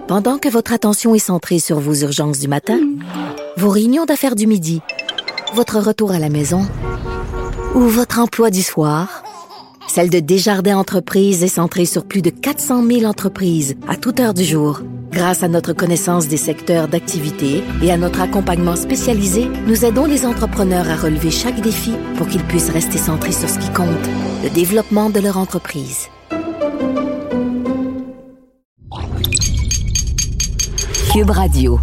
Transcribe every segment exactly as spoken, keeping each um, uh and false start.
Pendant que votre attention est centrée sur vos urgences du matin, vos réunions d'affaires du midi, votre retour à la maison ou votre emploi du soir, celle de Desjardins Entreprises est centrée sur plus de quatre cent mille entreprises à toute heure du jour. Grâce à notre connaissance des secteurs d'activité et à notre accompagnement spécialisé, nous aidons les entrepreneurs à relever chaque défi pour qu'ils puissent rester centrés sur ce qui compte, le développement de leur entreprise. Cube Radio.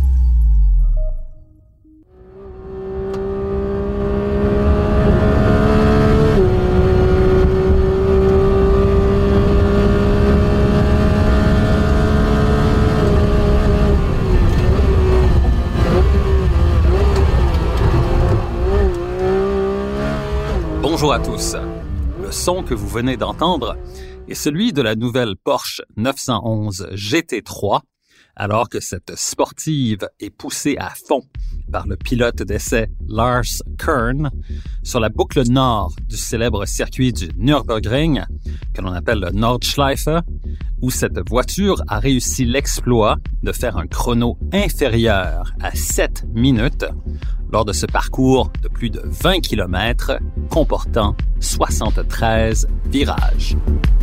Bonjour à tous. Le son que vous venez d'entendre est celui de la nouvelle Porsche neuf cent onze G T trois, alors que cette sportive est poussée à fond par le pilote d'essai Lars Kern sur la boucle nord du célèbre circuit du Nürburgring, que l'on appelle le Nordschleife, où cette voiture a réussi l'exploit de faire un chrono inférieur à sept minutes lors de ce parcours de plus de vingt kilomètres comportant soixante-treize virages.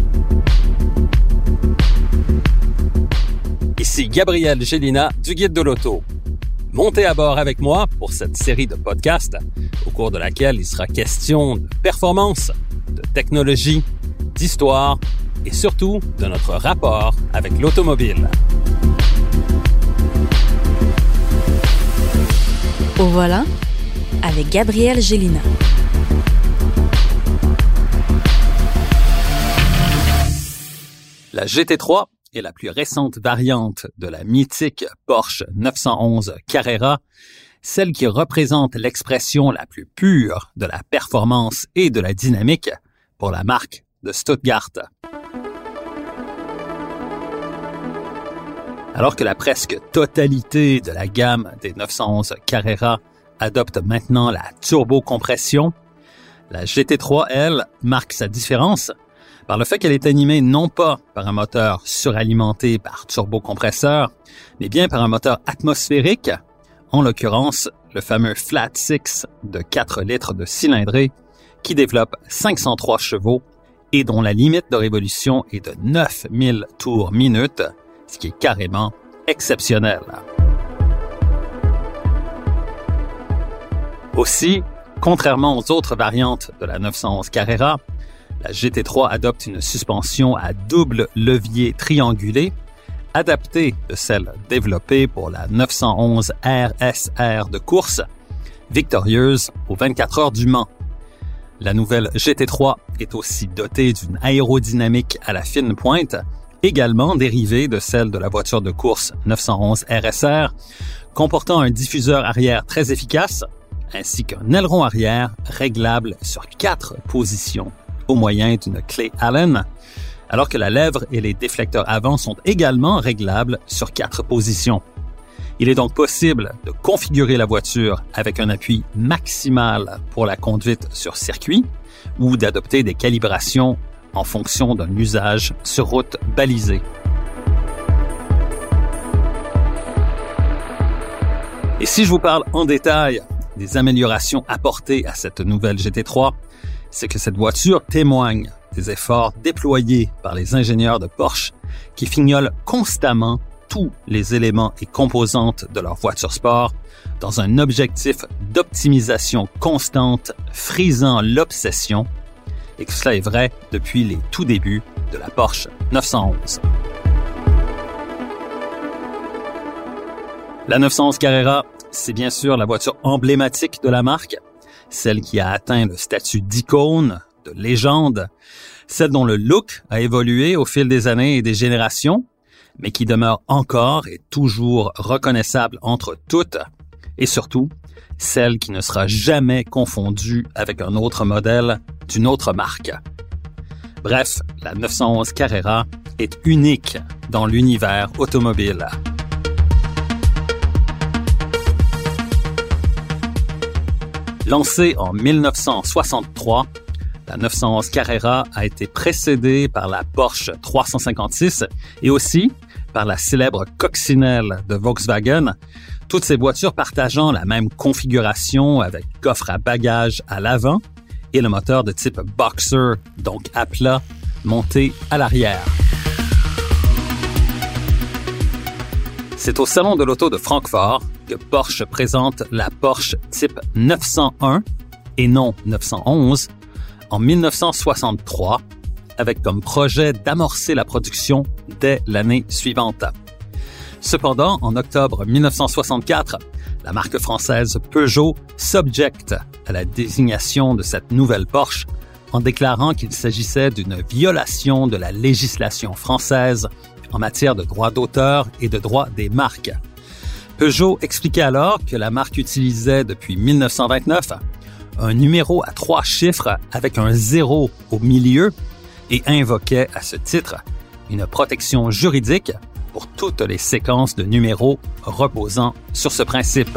Ici Gabriel Gélina du Guide de l'Auto. Montez à bord avec moi pour cette série de podcasts au cours de laquelle il sera question de performance, de technologie, d'histoire et surtout de notre rapport avec l'automobile. Au voilà, avec Gabriel Gélina. La G T trois est la plus récente variante de la mythique Porsche neuf cent onze Carrera, celle qui représente l'expression la plus pure de la performance et de la dynamique pour la marque de Stuttgart. Alors que la presque totalité de la gamme des neuf cent onze Carrera adopte maintenant la turbocompression, la G T trois, elle, marque sa différence par le fait qu'elle est animée non pas par un moteur suralimenté par turbocompresseur, mais bien par un moteur atmosphérique, en l'occurrence le fameux Flat Six de quatre litres de cylindrée, qui développe cinq cent trois chevaux et dont la limite de révolution est de neuf mille tours minute, ce qui est carrément exceptionnel. Aussi, contrairement aux autres variantes de la neuf cent onze Carrera, la G T trois adopte une suspension à double levier triangulé, adaptée de celle développée pour la neuf cent onze R S R de course, victorieuse aux vingt-quatre heures du Mans. La nouvelle G T trois est aussi dotée d'une aérodynamique à la fine pointe, également dérivée de celle de la voiture de course neuf cent onze R S R, comportant un diffuseur arrière très efficace, ainsi qu'un aileron arrière réglable sur quatre positions au moyen d'une clé Allen, alors que la lèvre et les déflecteurs avant sont également réglables sur quatre positions. Il est donc possible de configurer la voiture avec un appui maximal pour la conduite sur circuit ou d'adopter des calibrations en fonction d'un usage sur route balisée. Et si je vous parle en détail des améliorations apportées à cette nouvelle G T trois, c'est que cette voiture témoigne des efforts déployés par les ingénieurs de Porsche qui fignolent constamment tous les éléments et composantes de leur voiture sport dans un objectif d'optimisation constante frisant l'obsession, et que cela est vrai depuis les tout débuts de la Porsche neuf cent onze. La neuf cent onze Carrera, c'est bien sûr la voiture emblématique de la marque, celle qui a atteint le statut d'icône, de légende, celle dont le look a évolué au fil des années et des générations, mais qui demeure encore et toujours reconnaissable entre toutes, et surtout, celle qui ne sera jamais confondue avec un autre modèle d'une autre marque. Bref, la neuf cent onze Carrera est unique dans l'univers automobile. Lancée en mille neuf cent soixante-trois, la neuf cent onze Carrera a été précédée par la Porsche trois cent cinquante-six et aussi par la célèbre coccinelle de Volkswagen, toutes ces voitures partageant la même configuration avec coffre à bagages à l'avant et le moteur de type Boxer, donc à plat, monté à l'arrière. C'est au Salon de l'Auto de Francfort que Porsche présente la Porsche type neuf cent un et non neuf cent onze en dix-neuf cent soixante-trois, avec comme projet d'amorcer la production dès l'année suivante. Cependant, en octobre dix-neuf cent soixante-quatre, la marque française Peugeot s'objecte à la désignation de cette nouvelle Porsche en déclarant qu'il s'agissait d'une violation de la législation française en matière de droit d'auteur et de droit des marques. Peugeot expliquait alors que la marque utilisait depuis dix-neuf cent vingt-neuf un numéro à trois chiffres avec un zéro au milieu et invoquait à ce titre une protection juridique pour toutes les séquences de numéros reposant sur ce principe.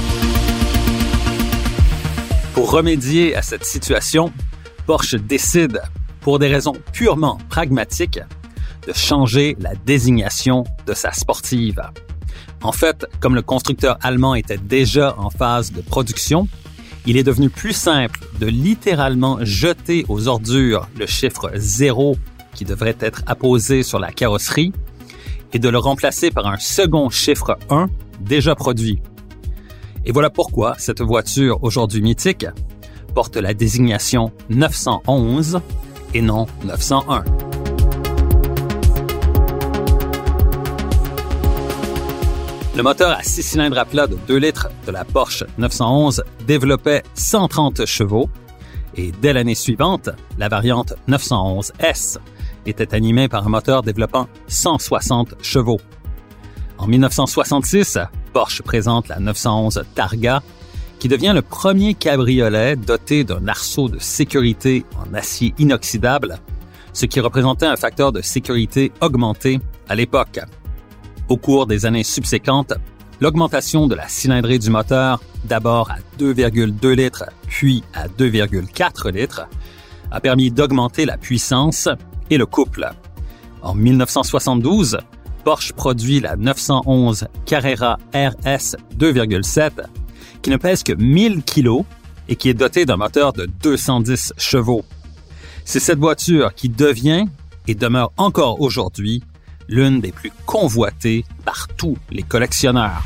Pour remédier à cette situation, Porsche décide, pour des raisons purement pragmatiques, de changer la désignation de sa sportive. En fait, comme le constructeur allemand était déjà en phase de production, il est devenu plus simple de littéralement jeter aux ordures le chiffre zéro qui devrait être apposé sur la carrosserie et de le remplacer par un second chiffre un déjà produit. Et voilà pourquoi cette voiture, aujourd'hui mythique, porte la désignation neuf cent onze et non neuf cent un. Le moteur à six cylindres à plat de deux litres de la Porsche neuf cent onze développait cent trente chevaux et dès l'année suivante, la variante neuf cent onze S était animée par un moteur développant cent soixante chevaux. En dix-neuf cent soixante-six, Porsche présente la neuf cent onze Targa, qui devient le premier cabriolet doté d'un arceau de sécurité en acier inoxydable, ce qui représentait un facteur de sécurité augmenté à l'époque. Au cours des années subséquentes, l'augmentation de la cylindrée du moteur, d'abord à deux virgule deux litres puis à deux virgule quatre litres, a permis d'augmenter la puissance et le couple. En dix-neuf cent soixante-douze, Porsche produit la neuf cent onze Carrera R S deux virgule sept, qui ne pèse que mille kilos et qui est dotée d'un moteur de deux cent dix chevaux. C'est cette voiture qui devient et demeure encore aujourd'hui l'une des plus convoitées par tous les collectionneurs.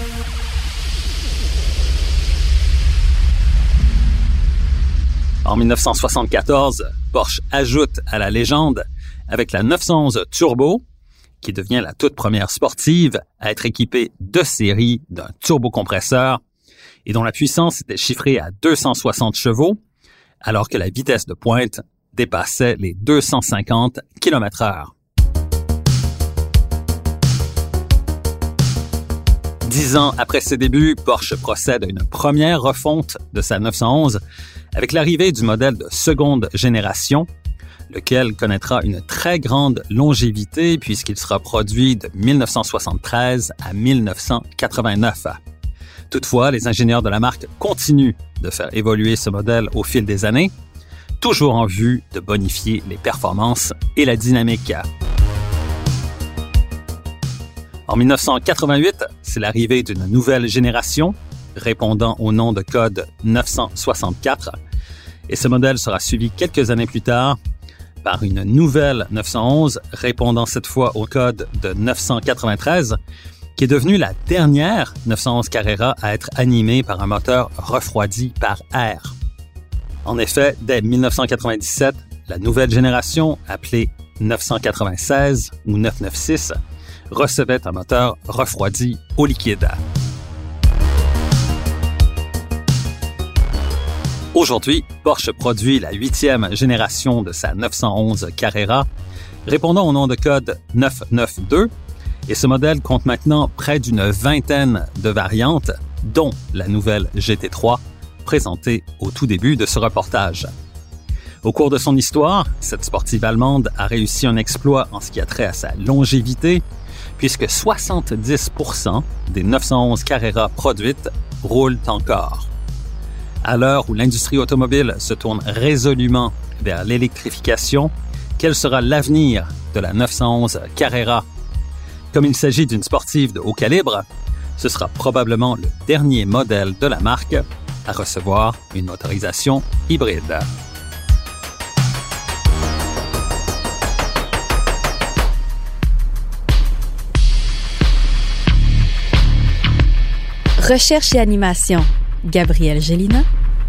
En dix-neuf cent soixante-quatorze, Porsche ajoute à la légende avec la neuf cent onze Turbo, qui devient la toute première sportive à être équipée de série d'un turbocompresseur et dont la puissance était chiffrée à deux cent soixante chevaux, alors que la vitesse de pointe dépassait les deux cent cinquante kilomètres heure. Dix ans après ses débuts, Porsche procède à une première refonte de sa neuf cent onze avec l'arrivée du modèle de seconde génération, lequel connaîtra une très grande longévité puisqu'il sera produit de dix-neuf cent soixante-treize à dix-neuf cent quatre-vingt-neuf. Toutefois, les ingénieurs de la marque continuent de faire évoluer ce modèle au fil des années, toujours en vue de bonifier les performances et la dynamique. En dix-neuf cent quatre-vingt-huit, c'est l'arrivée d'une nouvelle génération répondant au nom de code neuf cent soixante-quatre et ce modèle sera suivi quelques années plus tard par une nouvelle neuf cent onze répondant cette fois au code de neuf cent quatre-vingt-treize qui est devenue la dernière neuf cent onze Carrera à être animée par un moteur refroidi par air. En effet, dès dix-neuf cent quatre-vingt-dix-sept, la nouvelle génération, appelée neuf cent quatre-vingt-seize ou neuf cent quatre-vingt-seize, recevait un moteur refroidi au liquide. Aujourd'hui, Porsche produit la huitième génération de sa neuf cent onze Carrera, répondant au nom de code neuf cent quatre-vingt-deux, et ce modèle compte maintenant près d'une vingtaine de variantes, dont la nouvelle G T trois, présentée au tout début de ce reportage. Au cours de son histoire, cette sportive allemande a réussi un exploit en ce qui a trait à sa longévité, puisque soixante-dix pour cent des neuf cent onze Carrera produites roulent encore. À l'heure où l'industrie automobile se tourne résolument vers l'électrification, quel sera l'avenir de la neuf cent onze Carrera? Comme il s'agit d'une sportive de haut calibre, ce sera probablement le dernier modèle de la marque à recevoir une motorisation hybride. Recherche et animation, Gabrielle Gélina.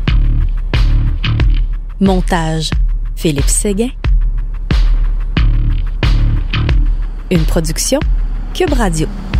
Montage, Philippe Séguin. Une production, Cube Radio.